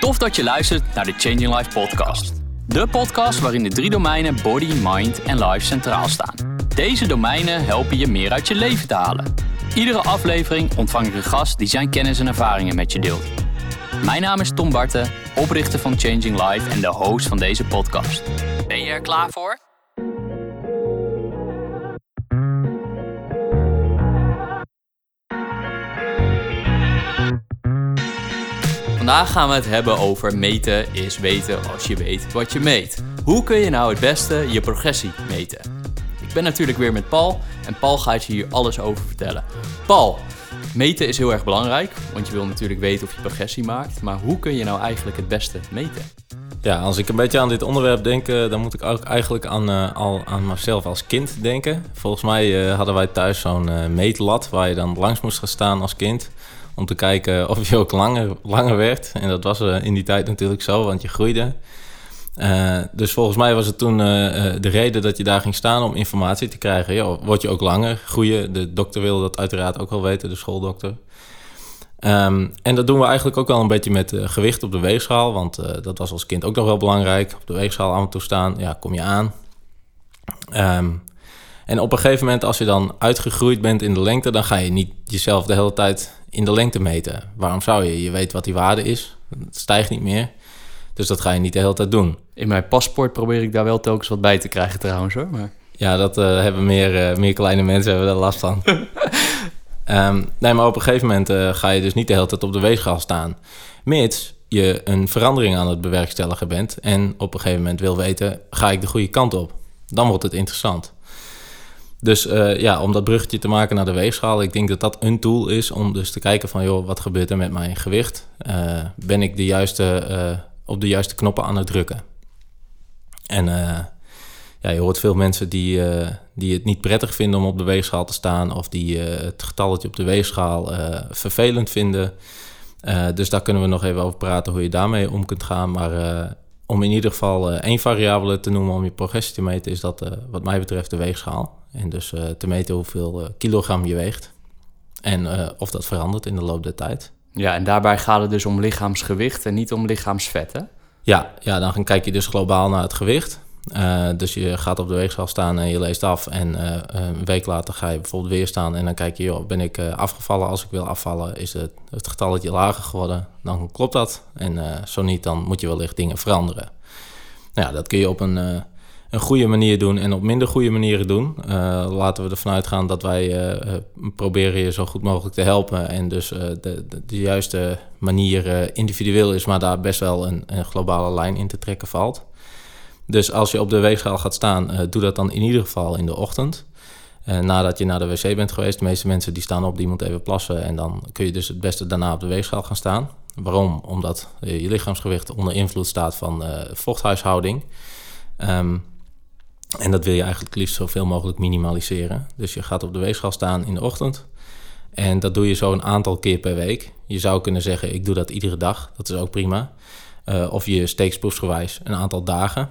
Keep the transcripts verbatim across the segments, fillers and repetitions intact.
Tof dat je luistert naar de Changing Life podcast. De podcast waarin de drie domeinen body, mind en life centraal staan. Deze domeinen helpen je meer uit je leven te halen. Iedere aflevering ontvang ik een gast die zijn kennis en ervaringen met je deelt. Mijn naam is Tom Barten, oprichter van Changing Life en de host van deze podcast. Ben je er klaar voor? Vandaag gaan we het hebben over meten is weten als je weet wat je meet. Hoe kun je nou het beste je progressie meten? Ik ben natuurlijk weer met Paul en Paul gaat je hier alles over vertellen. Paul, meten is heel erg belangrijk, want je wil natuurlijk weten of je progressie maakt. Maar hoe kun je nou eigenlijk het beste meten? Ja, als ik een beetje aan dit onderwerp denk, uh, dan moet ik ook eigenlijk aan, uh, al aan mezelf als kind denken. Volgens mij uh, hadden wij thuis zo'n uh, meetlat waar je dan langs moest gaan staan als kind. Om te kijken of je ook langer, langer werd. En dat was uh, in die tijd natuurlijk zo, want je groeide. Uh, dus volgens mij was het toen uh, de reden dat je daar ging staan om informatie te krijgen. Ja, word je ook langer, groeien. De dokter wilde dat uiteraard ook wel weten, de schooldokter. Um, en dat doen we eigenlijk ook wel een beetje met uh, gewicht op de weegschaal. Want uh, dat was als kind ook nog wel belangrijk. Op de weegschaal af en toe staan, ja, kom je aan. Um, en op een gegeven moment, als je dan uitgegroeid bent in de lengte, dan ga je niet jezelf de hele tijd in de lengte meten. Waarom zou je? Je weet wat die waarde is. Het stijgt niet meer. Dus dat ga je niet de hele tijd doen. In mijn paspoort probeer ik daar wel telkens wat bij te krijgen trouwens hoor. Maar... Ja, dat uh, hebben meer, uh, meer kleine mensen hebben daar last van. um, nee, maar op een gegeven moment uh, ga je dus niet de hele tijd op de weegschaal staan. Mits je een verandering aan het bewerkstelligen bent en op een gegeven moment wil weten, ga ik de goede kant op? Dan wordt het interessant. Dus uh, ja, om dat bruggetje te maken naar de weegschaal, ik denk dat dat een tool is om dus te kijken van, joh, wat gebeurt er met mijn gewicht? Uh, ben ik de juiste, uh, op de juiste knoppen aan het drukken? En uh, ja, je hoort veel mensen die, uh, die het niet prettig vinden om op de weegschaal te staan, of die uh, het getalletje op de weegschaal uh, vervelend vinden. Uh, dus daar kunnen we nog even over praten hoe je daarmee om kunt gaan. Maar uh, om in ieder geval uh, één variabele te noemen om je progressie te meten, is dat uh, wat mij betreft de weegschaal. En dus uh, te meten hoeveel uh, kilogram je weegt. En uh, of dat verandert in de loop der tijd. Ja, en daarbij gaat het dus om lichaamsgewicht en niet om lichaamsvet, hè? Ja, ja, dan kijk je dus globaal naar het gewicht. Uh, dus je gaat op de weegschaal staan en je leest af. En uh, een week later ga je bijvoorbeeld weer staan. En dan kijk je, joh, ben ik uh, afgevallen? Als ik wil afvallen, is het, het getalletje lager geworden. Dan klopt dat. En uh, zo niet, dan moet je wellicht dingen veranderen. Nou ja, dat kun je op een... Uh, een goede manier doen en op minder goede manieren doen. Uh, laten we ervan uitgaan dat wij uh, proberen je zo goed mogelijk te helpen. En dus uh, de, de, de juiste manier uh, individueel is, maar daar best wel een, een globale lijn in te trekken valt. Dus als je op de weegschaal gaat staan, uh, doe dat dan in ieder geval in de ochtend. Uh, nadat je naar de wc bent geweest. De meeste mensen die staan op, die moeten even plassen. En dan kun je dus het beste daarna op de weegschaal gaan staan. Waarom? Omdat uh, je lichaamsgewicht onder invloed staat van uh, vochthuishouding. Um, En dat wil je eigenlijk liefst zoveel mogelijk minimaliseren. Dus je gaat op de weegschaal staan in de ochtend. En dat doe je zo een aantal keer per week. Je zou kunnen zeggen, ik doe dat iedere dag. Dat is ook prima. Uh, of je steeksproefsgewijs een aantal dagen.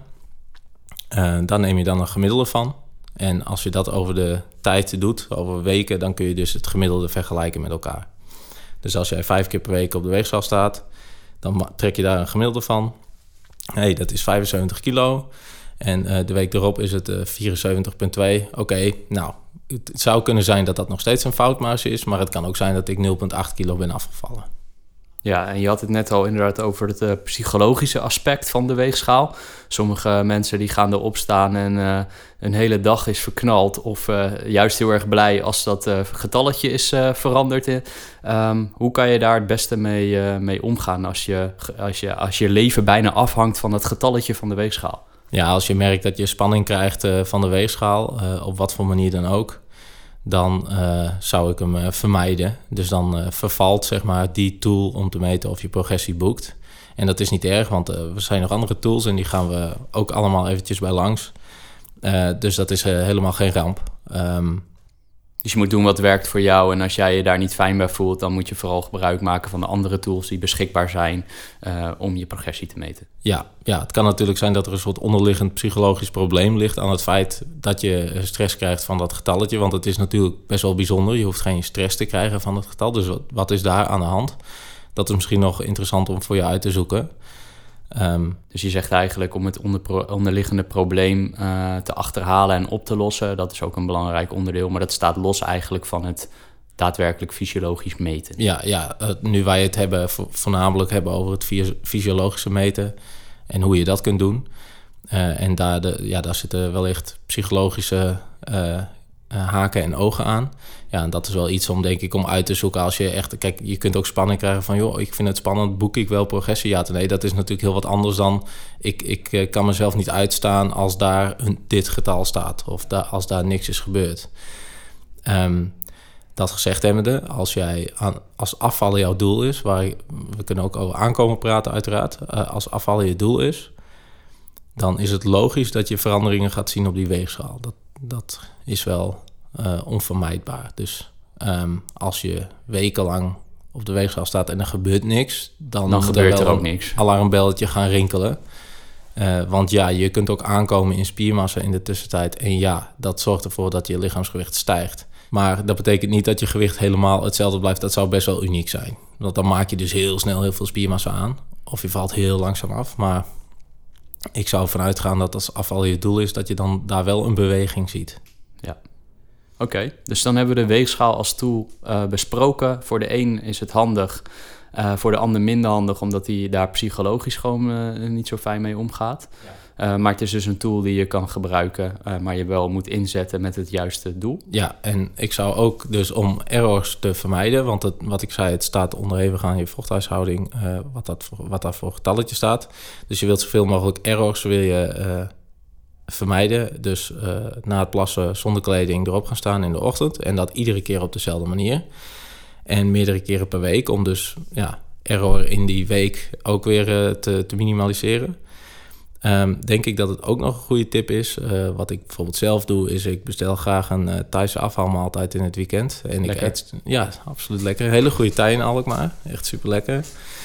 Uh, daar neem je dan een gemiddelde van. En als je dat over de tijd doet, over weken, dan kun je dus het gemiddelde vergelijken met elkaar. Dus als jij vijf keer per week op de weegschaal staat, dan trek je daar een gemiddelde van. Hé, hey, dat is vijfenzeventig kilo. En uh, de week erop is het uh, vierenzeventig komma twee. Oké, okay, nou, het zou kunnen zijn dat dat nog steeds een foutmarge is, maar het kan ook zijn dat ik nul komma acht kilo ben afgevallen. Ja, en je had het net al inderdaad over het uh, psychologische aspect van de weegschaal. Sommige mensen die gaan erop staan en uh, een hele dag is verknald of uh, juist heel erg blij als dat uh, getalletje is uh, veranderd. Um, hoe kan je daar het beste mee, uh, mee omgaan als je, als, je, als je leven bijna afhangt van het getalletje van de weegschaal? Ja, als je merkt dat je spanning krijgt uh, van de weegschaal, uh, op wat voor manier dan ook, dan uh, zou ik hem uh, vermijden. Dus dan uh, vervalt zeg maar die tool om te meten of je progressie boekt. En dat is niet erg, want uh, er zijn nog andere tools en die gaan we ook allemaal eventjes bij langs. Uh, dus dat is uh, helemaal geen ramp. Um, Dus je moet doen wat werkt voor jou. En als jij je daar niet fijn bij voelt, dan moet je vooral gebruik maken van de andere tools die beschikbaar zijn uh, om je progressie te meten. Ja, ja, het kan natuurlijk zijn dat er een soort onderliggend psychologisch probleem ligt aan het feit dat je stress krijgt van dat getalletje. Want het is natuurlijk best wel bijzonder. Je hoeft geen stress te krijgen van het getal. Dus wat, wat is daar aan de hand? Dat is misschien nog interessant om voor je uit te zoeken. Um, dus je zegt eigenlijk om het onder, onderliggende probleem uh, te achterhalen en op te lossen. Dat is ook een belangrijk onderdeel, maar dat staat los eigenlijk van het daadwerkelijk fysiologisch meten. Ja, ja, nu wij het hebben, voornamelijk hebben over het fysiologische meten en hoe je dat kunt doen. Uh, en daar, de, ja, daar zitten wellicht psychologische uh, uh, haken en ogen aan. Ja, en dat is wel iets om, denk ik, om uit te zoeken als je echt... Kijk, je kunt ook spanning krijgen van, joh, ik vind het spannend, boek ik wel progressie? Ja, nee, dat is natuurlijk heel wat anders dan... Ik, ik uh, kan mezelf niet uitstaan als daar een, dit getal staat of da, als daar niks is gebeurd. Um, dat gezegd hebbende, als jij aan, als afvallen jouw doel is... waar je, we kunnen ook over aankomen praten uiteraard... Uh, als afvallen je doel is... dan is het logisch dat je veranderingen gaat zien op die weegschaal. Dat, dat is wel uh, onvermijdbaar. Dus um, als je wekenlang op de weegschaal staat en er gebeurt niks... dan, dan gebeurt er er ook niks. Alarmbelletje gaan rinkelen. Uh, want ja, je kunt ook aankomen in spiermassa in de tussentijd. En ja, dat zorgt ervoor dat je lichaamsgewicht stijgt. Maar dat betekent niet dat je gewicht helemaal hetzelfde blijft. Dat zou best wel uniek zijn. Want dan maak je dus heel snel heel veel spiermassa aan. Of je valt heel langzaam af, maar... Ik zou ervan uitgaan dat als afval je doel is... dat je dan daar wel een beweging ziet. Ja, oké. Okay. Dus dan hebben we de weegschaal als tool uh, besproken. Voor de een is het handig, uh, voor de ander minder handig... omdat hij daar psychologisch gewoon uh, niet zo fijn mee omgaat. Ja. Uh, maar het is dus een tool die je kan gebruiken... Uh, maar je wel moet inzetten met het juiste doel. Ja, en ik zou ook dus om errors te vermijden... want het, wat ik zei, het staat onderhevig aan je vochthuishouding... Uh, wat, dat voor, wat daar voor getalletje staat. Dus je wilt zoveel mogelijk errors wil je, uh, vermijden. Dus uh, na het plassen zonder kleding erop gaan staan in de ochtend... en dat iedere keer op dezelfde manier. En meerdere keren per week... om dus ja, error in die week ook weer uh, te, te minimaliseren... Um, denk ik dat het ook nog een goede tip is. Uh, wat ik bijvoorbeeld zelf doe, is ik bestel graag een uh, Thaise afhaalmaaltijd in het weekend. En lekker. ik eet, ja, absoluut lekker. Hele goede Thai in Alkmaar. Echt super lekker.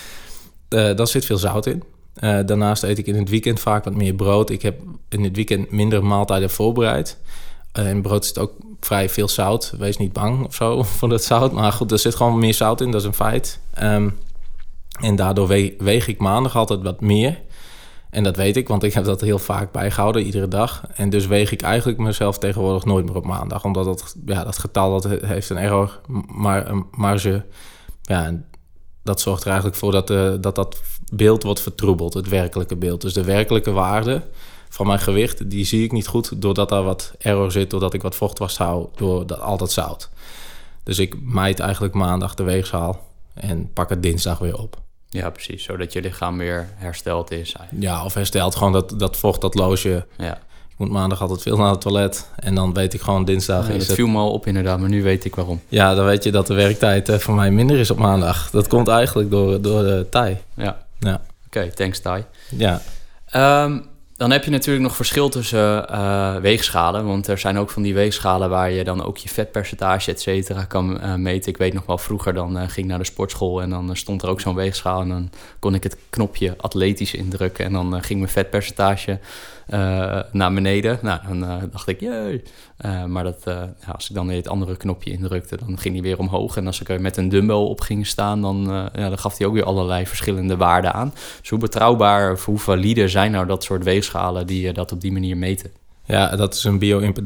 Uh, daar zit veel zout in. Uh, daarnaast eet ik in het weekend vaak wat meer brood. Ik heb in het weekend minder maaltijden voorbereid. Uh, in brood zit ook vrij veel zout. Wees niet bang of zo voor dat zout. Maar goed, er zit gewoon meer zout in. Dat is een feit. Um, en daardoor we- weeg ik maandag altijd wat meer... En dat weet ik, want ik heb dat heel vaak bijgehouden, iedere dag. En dus weeg ik eigenlijk mezelf tegenwoordig nooit meer op maandag. Omdat dat, ja, dat getal dat heeft een error, maar een marge. Ja, en dat zorgt er eigenlijk voor dat, uh, dat dat beeld wordt vertroebeld, het werkelijke beeld. Dus de werkelijke waarde van mijn gewicht, die zie ik niet goed... doordat daar wat error zit, doordat ik wat vocht vasthoud, door dat, al dat zout. Dus ik mijd eigenlijk maandag de weegschaal en pak het dinsdag weer op. Ja, precies. Zodat je lichaam weer hersteld is. Eigenlijk. Ja, of hersteld. Gewoon dat, dat vocht, dat loosje. Ja. Ik moet maandag altijd veel naar het toilet. En dan weet ik gewoon dinsdag... Ja, is dat het... viel me al op inderdaad, maar nu weet ik waarom. Ja, dan weet je dat de werktijd uh, voor mij minder is op maandag. Dat komt eigenlijk door, door de Thai. Ja. ja. Oké, okay, thanks Thai. Ja. Um, dan heb je natuurlijk nog verschil tussen uh, weegschalen. Want er zijn ook van die weegschalen waar je dan ook je vetpercentage, et cetera, kan uh, meten. Ik weet nog wel, vroeger dan uh, ging ik naar de sportschool en dan uh, stond er ook zo'n weegschaal. En dan kon ik het knopje atletisch indrukken en dan uh, ging mijn vetpercentage uh, naar beneden. Nou, dan uh, dacht ik, jee. Uh, maar dat, uh, ja, als ik dan het andere knopje indrukte, dan ging die weer omhoog. En als ik er met een dumbbell op ging staan, dan, uh, ja, dan gaf hij ook weer allerlei verschillende waarden aan. Dus hoe betrouwbaar of hoe valide zijn nou dat soort weegschalen die uh, dat op die manier meten? Ja, dat is een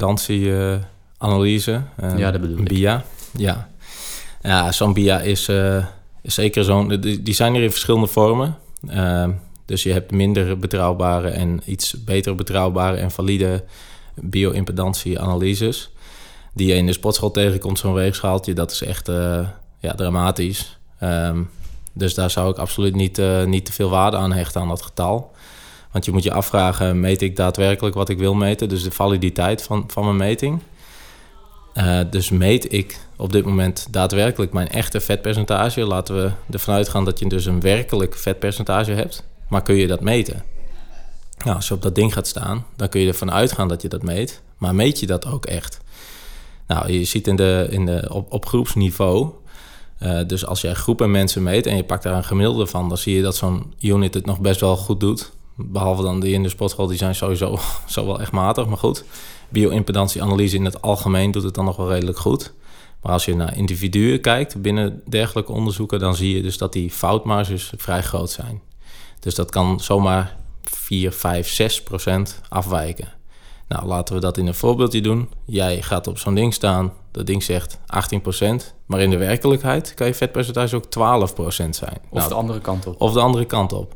bio-impedantie-analyse. Uh, ja, dat bedoel ik. B I A. Ja, ja zo'n B I A is, uh, is zeker zo'n... Die, die zijn er in verschillende vormen. Uh, dus je hebt minder betrouwbare en iets beter betrouwbare en valide bio-impedantie-analyses. Die je in de sportschool tegenkomt, zo'n weegschaaltje, dat is echt uh, ja, dramatisch. Um, dus daar zou ik absoluut niet, uh, niet te veel waarde aan hechten aan dat getal. Want je moet je afvragen, meet ik daadwerkelijk wat ik wil meten? Dus de validiteit van, van mijn meting. Uh, dus meet ik op dit moment daadwerkelijk mijn echte vetpercentage? Laten we ervan uitgaan dat je dus een werkelijk vetpercentage hebt. Maar kun je dat meten? Nou, als je op dat ding gaat staan, dan kun je ervan uitgaan dat je dat meet. Maar meet je dat ook echt? Nou, je ziet in de, in de, op, op groepsniveau... Uh, dus als jij groepen mensen meet en je pakt daar een gemiddelde van... dan zie je dat zo'n unit het nog best wel goed doet. Behalve dan die in de sportschool, die zijn sowieso zo wel echt matig. Maar goed, bio-impedantieanalyse in het algemeen doet het dan nog wel redelijk goed. Maar als je naar individuen kijkt binnen dergelijke onderzoeken, dan zie je dus dat die foutmarges vrij groot zijn. Dus dat kan zomaar vier, vijf, zes procent afwijken. Nou, laten we dat in een voorbeeldje doen. Jij gaat op zo'n ding staan, dat ding zegt achttien procent, maar in de werkelijkheid kan je vetpercentage ook twaalf procent zijn. Of nou, de andere kant op. Of de andere kant op.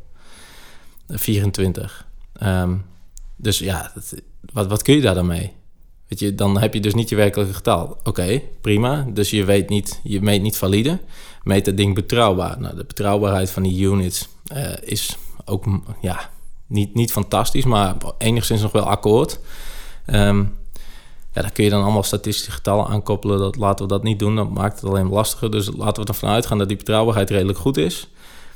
vierentwintig. Um, dus ja, dat, wat, wat kun je daar dan mee? Weet je, dan heb je dus niet je werkelijke getal. Oké, okay, prima. Dus je weet niet, je meet niet valide. Meet dat ding betrouwbaar. Nou, de betrouwbaarheid van die units uh, is ook ja, niet, niet fantastisch, maar enigszins nog wel akkoord. Um, ja, daar kun je dan allemaal statistische getallen aan koppelen. Dat, laten we dat niet doen, dat maakt het alleen lastiger. Dus laten we ervan uitgaan dat die betrouwbaarheid redelijk goed is.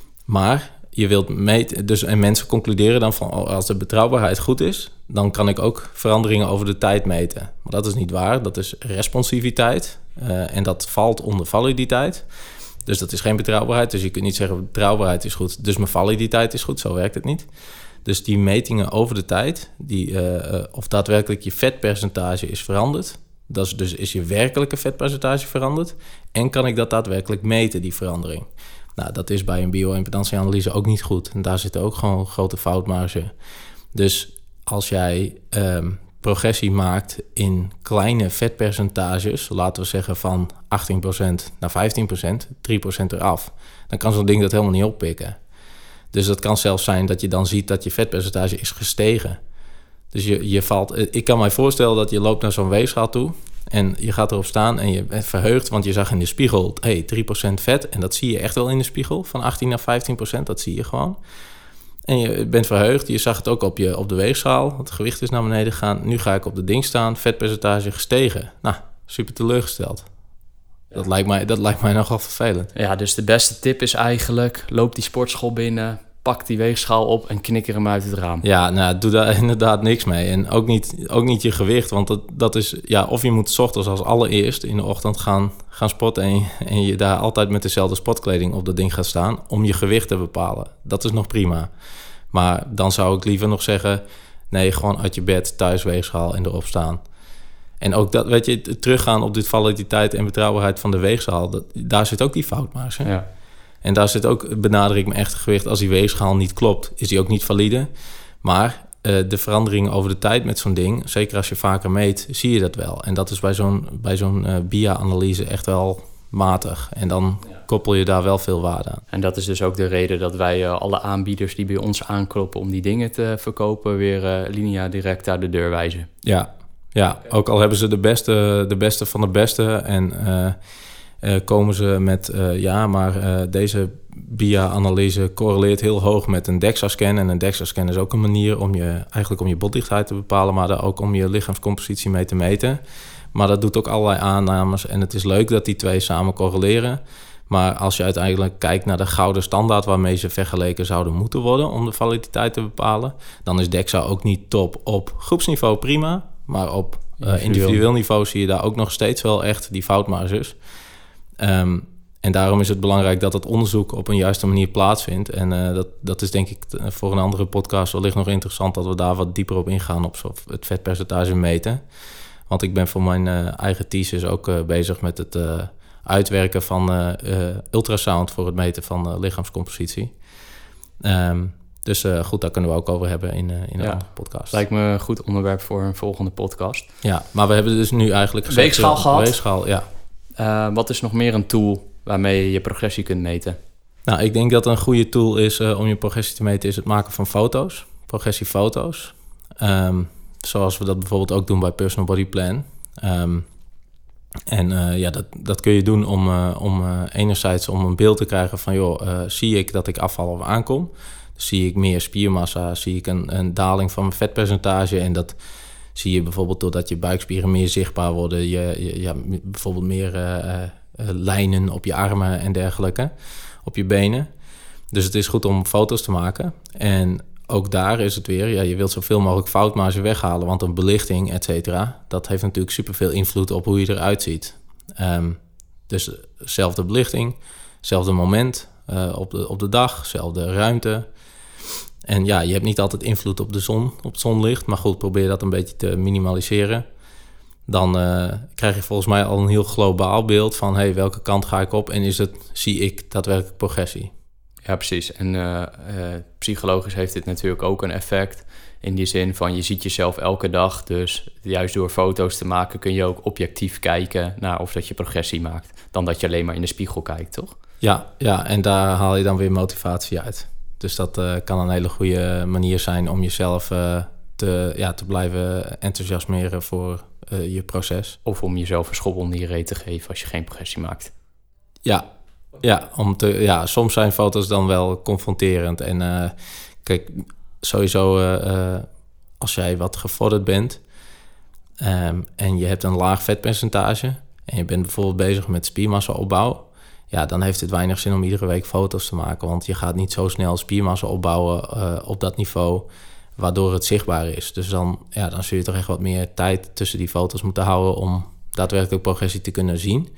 Maar je wilt meten, dus en mensen concluderen dan van, als de betrouwbaarheid goed is, dan kan ik ook veranderingen over de tijd meten. Maar dat is niet waar, dat is responsiviteit uh, en dat valt onder validiteit. Dus dat is geen betrouwbaarheid, dus je kunt niet zeggen betrouwbaarheid is goed, dus mijn validiteit is goed, zo werkt het niet. Dus die metingen over de tijd, die, uh, uh, of daadwerkelijk je vetpercentage is veranderd, dat is dus is je werkelijke vetpercentage veranderd en kan ik dat daadwerkelijk meten, die verandering. Nou, dat is bij een bio-impedantieanalyse ook niet goed. En daar zit ook gewoon een grote foutmarge. Dus als jij um, progressie maakt in kleine vetpercentages, laten we zeggen van achttien procent naar vijftien procent, drie procent eraf, dan kan zo'n ding dat helemaal niet oppikken. Dus dat kan zelfs zijn dat je dan ziet dat je vetpercentage is gestegen. Dus je, je valt... Ik kan mij voorstellen dat je loopt naar zo'n weegschaal toe en je gaat erop staan en je bent verheugd, want je zag in de spiegel, hey, drie procent vet. En dat zie je echt wel in de spiegel, van achttien naar vijftien procent, dat zie je gewoon. En je bent verheugd, je zag het ook op, je, op de weegschaal, het gewicht is naar beneden gegaan. Nu ga ik op de ding staan, vetpercentage gestegen. Nou, super teleurgesteld. Ja. Dat, lijkt mij, dat lijkt mij nogal vervelend. Ja, dus de beste tip is eigenlijk, loop die sportschool binnen, pak die weegschaal op en knikker hem uit het raam. Ja, nou, doe daar inderdaad niks mee. En ook niet, ook niet je gewicht, want dat, dat is... Ja, of je moet 's ochtends als allereerst in de ochtend gaan, gaan sporten en je, en je daar altijd met dezelfde sportkleding op dat ding gaat staan om je gewicht te bepalen. Dat is nog prima. Maar dan zou ik liever nog zeggen, nee, gewoon uit je bed, thuis weegschaal en erop staan. En ook dat, weet je, teruggaan op dit validiteit en betrouwbaarheid van de weegschaal, dat, daar zit ook die foutmarge. Ja. En daar zit ook, benader ik mijn echte gewicht, als die weegschaal niet klopt, is die ook niet valide. Maar uh, de veranderingen over de tijd met zo'n ding, zeker als je vaker meet, zie je dat wel. En dat is bij zo'n, bij zo'n uh, B I A-analyse echt wel matig. En dan ja. koppel je daar wel veel waarde aan. En dat is dus ook de reden dat wij uh, alle aanbieders die bij ons aankloppen om die dingen te verkopen, weer uh, linea direct uit de deur wijzen. Ja, ja. Okay. Ook al hebben ze de beste, de beste van de beste en uh, uh, komen ze met, uh, ja, maar uh, deze B I A-analyse correleert heel hoog met een DEXA-scan. En een DEXA-scan is ook een manier om je, eigenlijk om je botdichtheid te bepalen, maar daar ook om je lichaamscompositie mee te meten. Maar dat doet ook allerlei aannames en het is leuk dat die twee samen correleren. Maar als je uiteindelijk kijkt naar de gouden standaard waarmee ze vergeleken zouden moeten worden om de validiteit te bepalen, dan is DEXA ook niet top. Op groepsniveau prima, maar op uh, individueel niveau zie je daar ook nog steeds wel echt die foutmarges. Um, en daarom is het belangrijk dat het onderzoek op een juiste manier plaatsvindt. En uh, dat, dat is denk ik t- voor een andere podcast wellicht nog interessant dat we daar wat dieper op ingaan op zo het vetpercentage meten. Want ik ben voor mijn uh, eigen thesis ook uh, bezig met het uh, uitwerken van uh, uh, ultrasound voor het meten van uh, lichaamscompositie. Um, dus uh, goed, daar kunnen we ook over hebben in, uh, in een ja, andere podcast. Lijkt me een goed onderwerp voor een volgende podcast. Ja, maar we hebben dus nu eigenlijk gezegd, weegschaal uh, gehad. Weegschaal, ja. Uh, wat is nog meer een tool waarmee je je progressie kunt meten? Nou, ik denk dat een goede tool is uh, om je progressie te meten, is het maken van foto's, progressiefoto's. Um, zoals we dat bijvoorbeeld ook doen bij Personal Body Plan. Um, en uh, ja, dat, dat kun je doen om, uh, om uh, enerzijds om een beeld te krijgen van, joh, uh, zie ik dat ik afval of aankom? Dus zie ik meer spiermassa, zie ik een, een daling van mijn vetpercentage en dat zie je bijvoorbeeld doordat je buikspieren meer zichtbaar worden, je, je ja, bijvoorbeeld meer uh, uh, lijnen op je armen en dergelijke, op je benen. Dus het is goed om foto's te maken. En ook daar is het weer, ja, je wilt zoveel mogelijk foutmarge weghalen, want een belichting, et cetera, dat heeft natuurlijk superveel invloed op hoe je eruit ziet. Um, dus zelfde belichting, zelfde moment uh, op, de, op de dag, zelfde ruimte. En ja, je hebt niet altijd invloed op de zon, op het zonlicht, maar goed, probeer dat een beetje te minimaliseren. dan uh, krijg je volgens mij al een heel globaal beeld van hey, welke kant ga ik op en is het, zie ik daadwerkelijk progressie. Ja, precies. En uh, uh, psychologisch heeft dit natuurlijk ook een effect. In die zin van je ziet jezelf elke dag. Dus juist door foto's te maken kun je ook objectief kijken naar of dat je progressie maakt. Dan dat je alleen maar in de spiegel kijkt, toch? Ja, ja, en daar haal je dan weer motivatie uit. Dus dat uh, kan een hele goede manier zijn om jezelf uh, te, ja, te blijven enthousiasmeren voor uh, je proces. Of om jezelf een schop onder je reet te geven als je geen progressie maakt. Ja, ja, om te, ja soms zijn foto's dan wel confronterend. En uh, kijk, sowieso uh, uh, als jij wat gevorderd bent um, en je hebt een laag vetpercentage en je bent bijvoorbeeld bezig met spiermassaopbouw, ja, dan heeft het weinig zin om iedere week foto's te maken. Want je gaat niet zo snel spiermassa opbouwen uh, op dat niveau, waardoor het zichtbaar is. Dus dan, ja, dan zul je toch echt wat meer tijd tussen die foto's moeten houden om daadwerkelijk progressie te kunnen zien.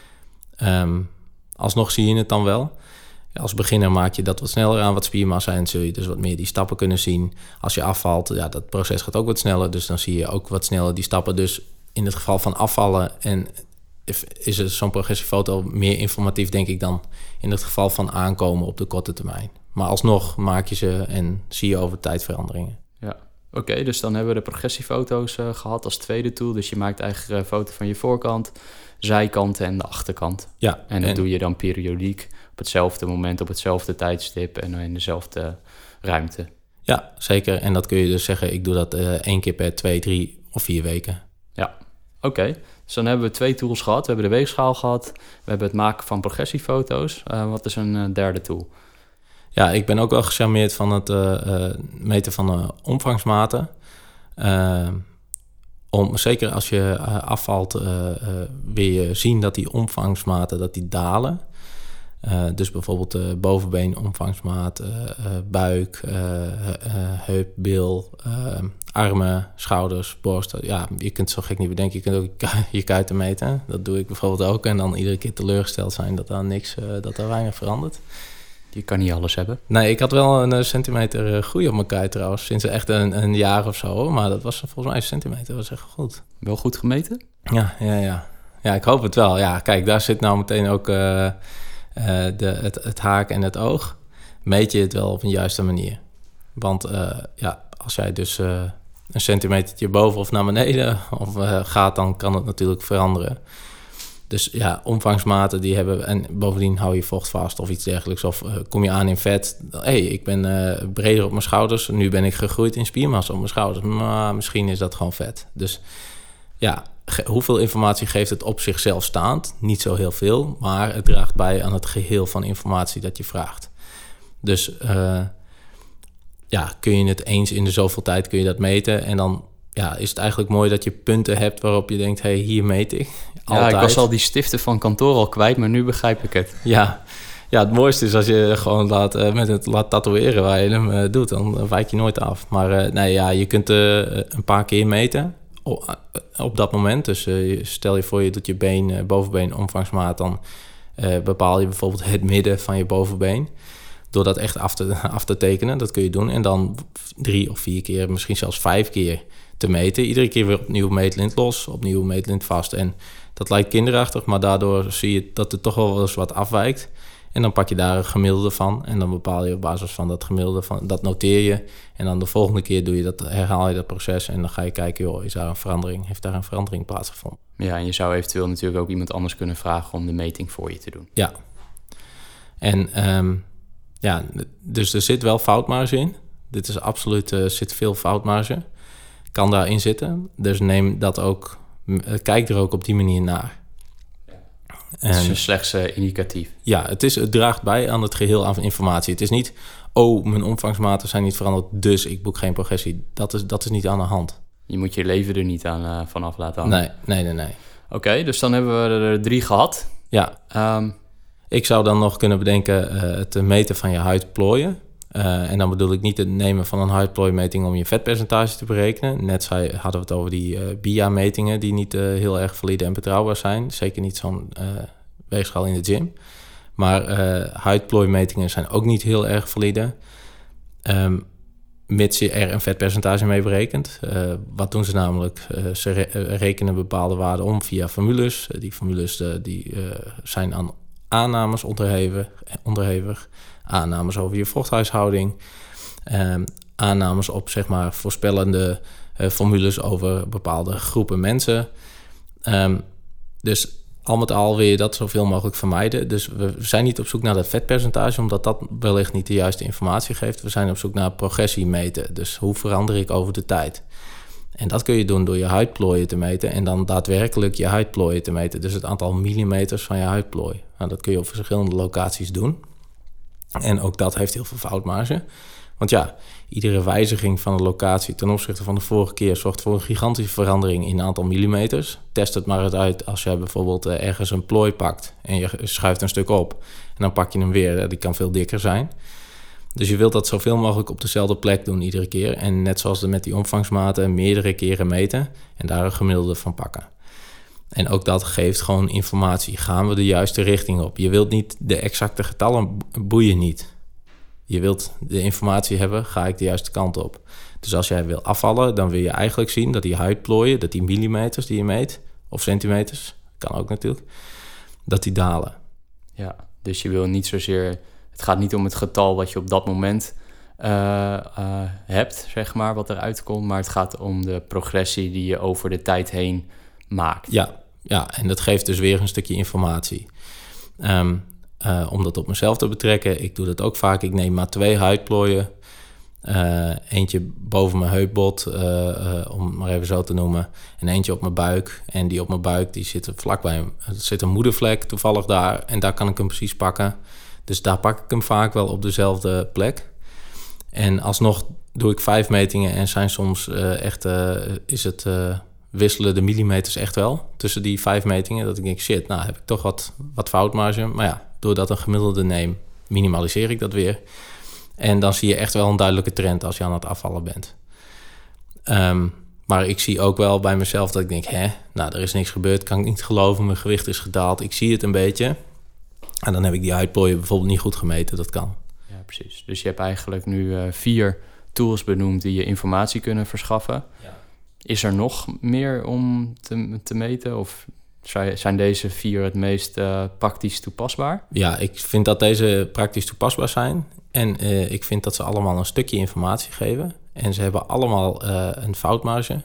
Um, alsnog zie je het dan wel. Ja, als beginner maak je dat wat sneller aan wat spiermassa en zul je dus wat meer die stappen kunnen zien. Als je afvalt, ja, dat proces gaat ook wat sneller, dus dan zie je ook wat sneller die stappen. Dus in het geval van afvallen en is het zo'n progressiefoto meer informatief, denk ik, dan in het geval van aankomen op de korte termijn. Maar alsnog maak je ze en zie je over tijd veranderingen. Ja, oké, okay, dus dan hebben we de progressiefoto's uh, gehad als tweede tool. Dus je maakt eigenlijk een foto van je voorkant, zijkanten en de achterkant. Ja. En dat en... doe je dan periodiek op hetzelfde moment, op hetzelfde tijdstip en in dezelfde ruimte. Ja, zeker. En dat kun je dus zeggen, ik doe dat uh, één keer per twee, drie of vier weken. Ja, oké. Okay. Dus dan hebben we twee tools gehad. We hebben de weegschaal gehad. We hebben het maken van progressiefoto's. Uh, wat is een uh, derde tool? Ja, ik ben ook wel gecharmeerd van het uh, uh, meten van uh, omvangsmaten. Uh, om, zeker als je uh, afvalt, uh, uh, wil je zien dat die omvangsmaten dat die dalen. Uh, dus bijvoorbeeld uh, bovenbeen, omvangsmaat, uh, uh, buik, uh, uh, heup, bil, uh, armen, schouders, borst. Ja, je kunt het zo gek niet bedenken. Je kunt ook je kuiten meten. Dat doe ik bijvoorbeeld ook. En dan iedere keer teleurgesteld zijn dat daar niks, uh, dat daar weinig verandert. Je kan niet alles hebben. Nee, ik had wel een uh, centimeter uh, groei op mijn kuit trouwens. Sinds echt een, een jaar of zo. Hoor. Maar dat was volgens mij een centimeter. Dat was echt goed. Wel goed gemeten? Ja, ja, ja. Ja, ik hoop het wel. Ja, kijk, daar zit nou meteen ook uh, uh, de, het, het haak en het oog. Meet je het wel op een juiste manier. Want uh, ja, als jij dus uh, een centimetertje boven of naar beneden of, uh, gaat, dan kan het natuurlijk veranderen. Dus ja, omvangsmaten die hebben... En bovendien hou je vocht vast of iets dergelijks. Of uh, kom je aan in vet. Hé, hey, ik ben uh, breder op mijn schouders. Nu ben ik gegroeid in spiermassa op mijn schouders. Maar misschien is dat gewoon vet. Dus ja, ge- hoeveel informatie geeft het op zichzelf staand? Niet zo heel veel. Maar het draagt bij aan het geheel van informatie dat je vraagt. Dus uh, ja, kun je het eens in de zoveel tijd kun je dat meten. En dan... Ja, is het eigenlijk mooi dat je punten hebt waarop je denkt, hé, hey, hier meet ik. Altijd. Ja, ik was al die stiften van kantoor al kwijt, maar nu begrijp ik het. Ja, ja het mooiste is als je gewoon laat, uh, met het laat tatoeëren waar je hem uh, doet. Dan wijk je nooit af. Maar uh, nee, ja, je kunt uh, een paar keer meten op, uh, op dat moment. Dus uh, stel je voor je doet je been, uh, bovenbeen omvangsmaat. Dan uh, bepaal je bijvoorbeeld het midden van je bovenbeen. Door dat echt af te, af te tekenen, dat kun je doen. En dan drie of vier keer, misschien zelfs vijf keer te meten. Iedere keer weer opnieuw meetlint los, opnieuw meetlint vast. En dat lijkt kinderachtig, maar daardoor zie je dat het toch wel eens wat afwijkt. En dan pak je daar een gemiddelde van. En dan bepaal je op basis van dat gemiddelde, van, dat noteer je. En dan de volgende keer doe je dat, herhaal je dat proces. En dan ga je kijken, joh, is daar een verandering? Heeft daar een verandering plaatsgevonden? Ja, en je zou eventueel natuurlijk ook iemand anders kunnen vragen om de meting voor je te doen. Ja. En um, ja, dus er zit wel foutmarge in. Dit is absoluut, er uh, zit veel foutmarge. Kan daarin zitten. Dus neem dat ook, kijk er ook op die manier naar. En, het is slechts uh, indicatief. Ja, het, is, het draagt bij aan het geheel aan informatie. Het is niet, oh, mijn omvangsmaten zijn niet veranderd, dus ik boek geen progressie. Dat is, dat is niet aan de hand. Je moet je leven er niet aan uh, vanaf laten hangen. Nee, nee, nee. nee. Oké, okay, dus dan hebben we er drie gehad. Ja. Um, ik zou dan nog kunnen bedenken uh, het meten van je huidplooien. Uh, en dan bedoel ik niet het nemen van een huidplooimeting om je vetpercentage te berekenen. Net zei, hadden we het over die uh, B I A-metingen die niet uh, heel erg valide en betrouwbaar zijn. Zeker niet zo'n uh, weegschaal in de gym. Maar uh, huidplooimetingen zijn ook niet heel erg valide. Um, mits je er een vetpercentage mee berekent. Uh, wat doen ze namelijk? Uh, ze re- rekenen bepaalde waarden om via formules. Uh, die formules uh, die, uh, zijn aan aannames onderhevig, onderhevig. Aannames over je vochthuishouding. Um, aannames op zeg maar voorspellende uh, formules over bepaalde groepen mensen. Um, dus al met al wil je dat zoveel mogelijk vermijden. Dus we zijn niet op zoek naar dat vetpercentage, omdat dat wellicht niet de juiste informatie geeft. We zijn op zoek naar progressie meten. Dus hoe verander ik over de tijd? En dat kun je doen door je huidplooien te meten en dan daadwerkelijk je huidplooien te meten. Dus het aantal millimeters van je huidplooi. Nou, dat kun je op verschillende locaties doen. En ook dat heeft heel veel foutmarge. Want ja, iedere wijziging van de locatie ten opzichte van de vorige keer zorgt voor een gigantische verandering in aantal millimeters. Test het maar eens uit als je bijvoorbeeld ergens een plooi pakt en je schuift een stuk op. En dan pak je hem weer, die kan veel dikker zijn. Dus je wilt dat zoveel mogelijk op dezelfde plek doen iedere keer. En net zoals met die omvangsmaten meerdere keren meten en daar een gemiddelde van pakken. En ook dat geeft gewoon informatie. Gaan we de juiste richting op? Je wilt niet de exacte getallen boeien niet. Je wilt de informatie hebben, ga ik de juiste kant op. Dus als jij wil afvallen, dan wil je eigenlijk zien dat die huidplooien, dat die millimeters die je meet, of centimeters, kan ook natuurlijk, dat die dalen. Ja, dus je wil niet zozeer, het gaat niet om het getal wat je op dat moment uh, uh, hebt, zeg maar, wat eruit komt, maar het gaat om de progressie die je over de tijd heen maakt. Ja, ja, en dat geeft dus weer een stukje informatie. Um, Uh, om dat op mezelf te betrekken. Ik doe dat ook vaak. Ik neem maar twee huidplooien. Uh, eentje boven mijn heupbot, uh, uh, om het maar even zo te noemen. En eentje op mijn buik. En die op mijn buik, die zit vlakbij. Er zit een moedervlek toevallig daar. En daar kan ik hem precies pakken. Dus daar pak ik hem vaak wel op dezelfde plek. En alsnog doe ik vijf metingen. En zijn soms uh, echt... Uh, is het... Uh, wisselen de millimeters echt wel tussen die vijf metingen. Dat ik denk, shit, nou heb ik toch wat, wat foutmarge. Maar ja, doordat een gemiddelde neem, minimaliseer ik dat weer. En dan zie je echt wel een duidelijke trend als je aan het afvallen bent. Um, maar ik zie ook wel bij mezelf dat ik denk, hè, nou, er is niks gebeurd. Kan ik niet geloven, mijn gewicht is gedaald. Ik zie het een beetje. En dan heb ik die huidplooien bijvoorbeeld niet goed gemeten. Dat kan. Ja, precies. Dus je hebt eigenlijk nu uh, vier tools benoemd die je informatie kunnen verschaffen. Ja. Is er nog meer om te, te meten? Of zijn deze vier het meest uh, praktisch toepasbaar? Ja, ik vind dat deze praktisch toepasbaar zijn. En uh, ik vind dat ze allemaal een stukje informatie geven. En ze hebben allemaal uh, een foutmarge.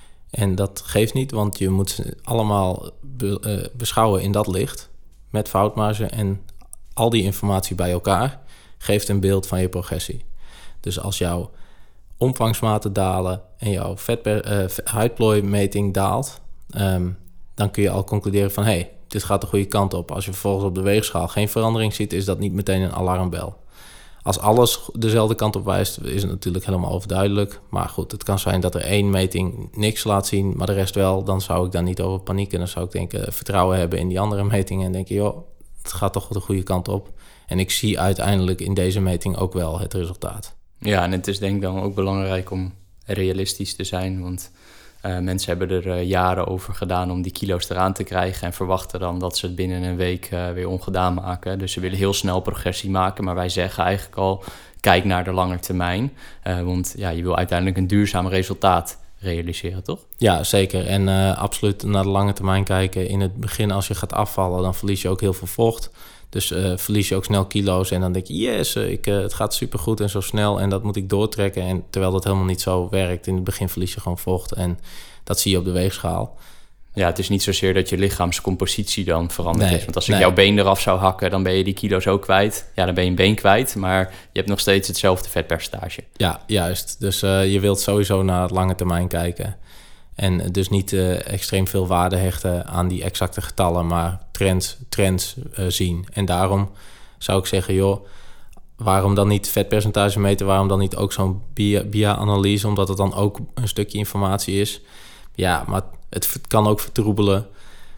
En dat geeft niet, want je moet ze allemaal be, uh, beschouwen in dat licht. Met foutmarge. En al die informatie bij elkaar geeft een beeld van je progressie. Dus als jouw omvangsmaten dalen en jouw vetper, uh, huidplooimeting daalt, um, dan kun je al concluderen van, hé, hey, dit gaat de goede kant op. Als je vervolgens op de weegschaal geen verandering ziet, is dat niet meteen een alarmbel. Als alles dezelfde kant op wijst, is het natuurlijk helemaal overduidelijk. Maar goed, het kan zijn dat er één meting niks laat zien, maar de rest wel. Dan zou ik daar niet over panieken. Dan zou ik denken, vertrouwen hebben in die andere metingen en denken, joh, het gaat toch de goede kant op. En ik zie uiteindelijk in deze meting ook wel het resultaat. Ja, en het is denk ik dan ook belangrijk om realistisch te zijn, want uh, mensen hebben er uh, jaren over gedaan om die kilo's eraan te krijgen en verwachten dan dat ze het binnen een week uh, weer ongedaan maken. Dus ze willen heel snel progressie maken, maar wij zeggen eigenlijk al, kijk naar de lange termijn, uh, want ja, je wil uiteindelijk een duurzaam resultaat realiseren, toch? Ja, zeker. En uh, absoluut naar de lange termijn kijken. In het begin, als je gaat afvallen, dan verlies je ook heel veel vocht. Dus uh, verlies je ook snel kilo's en dan denk je, yes, ik, uh, het gaat supergoed en zo snel en dat moet ik doortrekken. En terwijl dat helemaal niet zo werkt. In het begin verlies je gewoon vocht en dat zie je op de weegschaal. Ja, het is niet zozeer dat je lichaamscompositie dan veranderd nee, is. Want als ik nee. jouw been eraf zou hakken, dan ben je die kilo's ook kwijt. Ja, dan ben je een been kwijt, maar je hebt nog steeds hetzelfde vetpercentage. Ja, juist. Dus uh, je wilt sowieso naar het lange termijn kijken. En dus niet uh, extreem veel waarde hechten aan die exacte getallen, maar trends, trends uh, zien. En daarom zou ik zeggen, joh, waarom dan niet vetpercentage meten? Waarom dan niet ook zo'n B I A-analyse? Omdat het dan ook een stukje informatie is. Ja, maar het kan ook vertroebelen.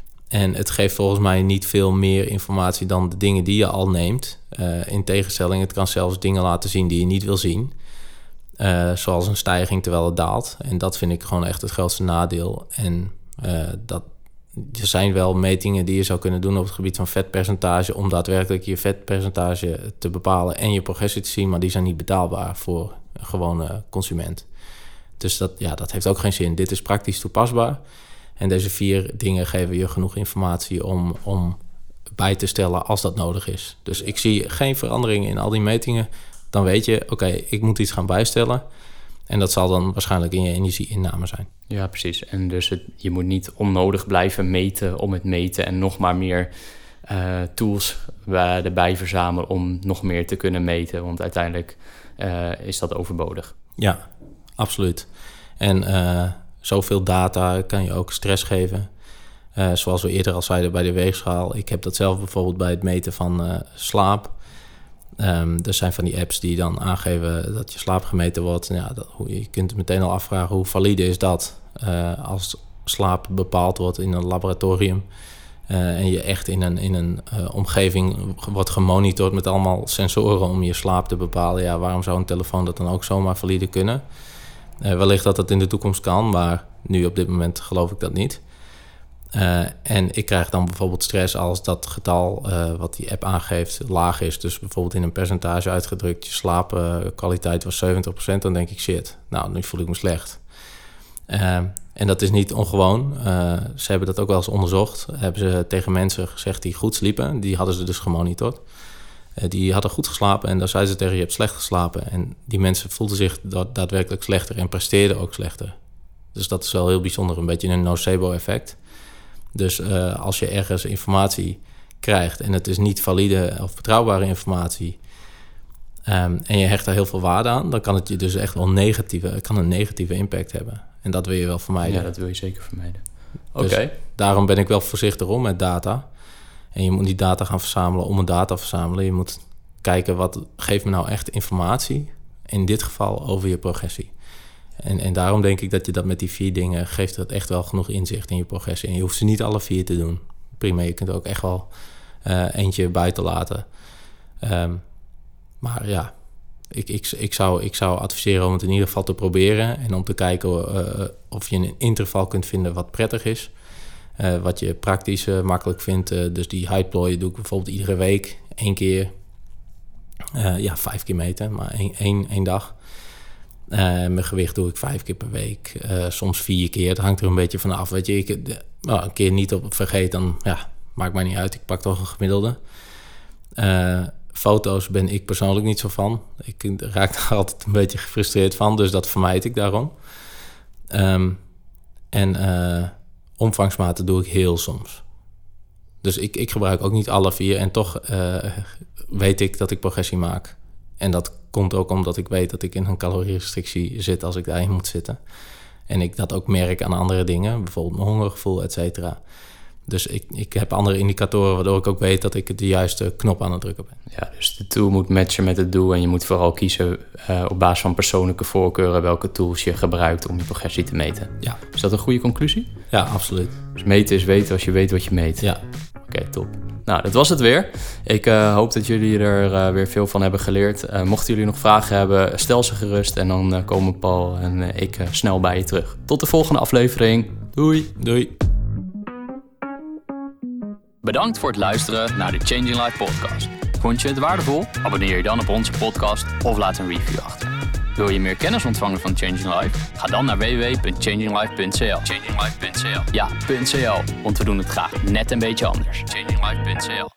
En het geeft volgens mij niet veel meer informatie dan de dingen die je al neemt. Uh, in tegenstelling, het kan zelfs dingen laten zien die je niet wil zien. Uh, zoals een stijging terwijl het daalt. En dat vind ik gewoon echt het grootste nadeel. En uh, dat, er zijn wel metingen die je zou kunnen doen op het gebied van vetpercentage, om daadwerkelijk je vetpercentage te bepalen en je progressie te zien, maar die zijn niet betaalbaar voor een gewone consument. Dus dat, ja, dat heeft ook geen zin. Dit is praktisch toepasbaar. En deze vier dingen geven je genoeg informatie om, om bij te stellen als dat nodig is. Dus ik zie geen verandering in al die metingen. Dan weet je, oké, okay, ik moet iets gaan bijstellen. En dat zal dan waarschijnlijk in je energieinname zijn. Ja, precies. En dus het, je moet niet onnodig blijven meten om het meten... en nog maar meer uh, tools erbij verzamelen om nog meer te kunnen meten. Want uiteindelijk uh, is dat overbodig. Ja, absoluut. En uh, zoveel data kan je ook stress geven. Uh, zoals we eerder al zeiden bij de weegschaal. Ik heb dat zelf bijvoorbeeld bij het meten van uh, slaap. Um, er zijn van die apps die dan aangeven dat je slaap gemeten wordt. Ja, dat, je kunt meteen al afvragen hoe valide is dat uh, als slaap bepaald wordt in een laboratorium. Uh, en je echt in een, in een uh, omgeving wordt gemonitord met allemaal sensoren om je slaap te bepalen. Ja, waarom zou een telefoon dat dan ook zomaar valide kunnen? Uh, wellicht dat dat in de toekomst kan, maar nu op dit moment geloof ik dat niet. Uh, en ik krijg dan bijvoorbeeld stress als dat getal uh, wat die app aangeeft laag is. Dus bijvoorbeeld in een percentage uitgedrukt, je slaapkwaliteit uh, was zeventig procent. Dan denk ik, shit, nou, nu voel ik me slecht. Uh, en dat is niet ongewoon. Uh, ze hebben dat ook wel eens onderzocht. Hebben ze tegen mensen gezegd die goed sliepen. Die hadden ze dus gemonitord. Uh, die hadden goed geslapen en dan zeiden ze tegen je, je hebt slecht geslapen. En die mensen voelden zich da- daadwerkelijk slechter en presteerden ook slechter. Dus dat is wel heel bijzonder, een beetje een nocebo-effect. Dus uh, als je ergens informatie krijgt en het is niet valide of betrouwbare informatie... Um, en je hecht daar heel veel waarde aan, dan kan het je dus echt wel negatieve, kan een negatieve impact hebben. En dat wil je wel vermijden. Ja, dat wil je zeker vermijden. Oké. Dus okay. Daarom ben ik wel voorzichtig om met data. En je moet niet data gaan verzamelen om een data te verzamelen. Je moet kijken, wat geeft me nou echt informatie? In dit geval over je progressie. En, en daarom denk ik dat je dat met die vier dingen... geeft het echt wel genoeg inzicht in je progressie. En je hoeft ze niet alle vier te doen. Prima, je kunt er ook echt wel uh, eentje buiten laten. Um, maar ja, ik, ik, ik, zou, ik zou adviseren om het in ieder geval te proberen... en om te kijken uh, of je een interval kunt vinden wat prettig is. Uh, wat je praktisch uh, makkelijk vindt. Uh, dus die height-plooien doe ik bijvoorbeeld iedere week één keer. Uh, ja, vijf keer meten, maar één, één, één dag... Uh, mijn gewicht doe ik vijf keer per week, uh, soms vier keer. Het hangt er een beetje van af. Weet je, ik, de, nou, een keer niet op vergeet, dan ja, maakt mij niet uit. Ik pak toch een gemiddelde. Uh, foto's ben ik persoonlijk niet zo van. Ik raak daar altijd een beetje gefrustreerd van, dus dat vermijd ik daarom. Um, en uh, omvangsmaten doe ik heel soms. Dus ik, ik gebruik ook niet alle vier en toch uh, weet ik dat ik progressie maak. En dat komt ook omdat ik weet dat ik in een calorierestrictie zit als ik daarin moet zitten. En ik dat ook merk aan andere dingen, bijvoorbeeld mijn hongergevoel, et cetera. Dus ik, ik heb andere indicatoren waardoor ik ook weet dat ik de juiste knop aan het drukken ben. Ja, dus de tool moet matchen met het doel en je moet vooral kiezen uh, op basis van persoonlijke voorkeuren welke tools je gebruikt om je progressie te meten. Ja. Is dat een goede conclusie? Ja, absoluut. Dus meten is weten als je weet wat je meet. Ja. Oké, okay, top. Nou, dat was het weer. Ik uh, hoop dat jullie er uh, weer veel van hebben geleerd. Uh, mochten jullie nog vragen hebben, stel ze gerust. En dan uh, komen Paul en uh, ik uh, snel bij je terug. Tot de volgende aflevering. Doei. Doei. Bedankt voor het luisteren naar de Changing Life podcast. Vond je het waardevol? Abonneer je dan op onze podcast of laat een review achter. Wil je meer kennis ontvangen van Changing Life? Ga dan naar w w w punt changing life punt c l. changing life punt c l. Ja, .cl, want we doen het graag net een beetje anders. changing life punt c l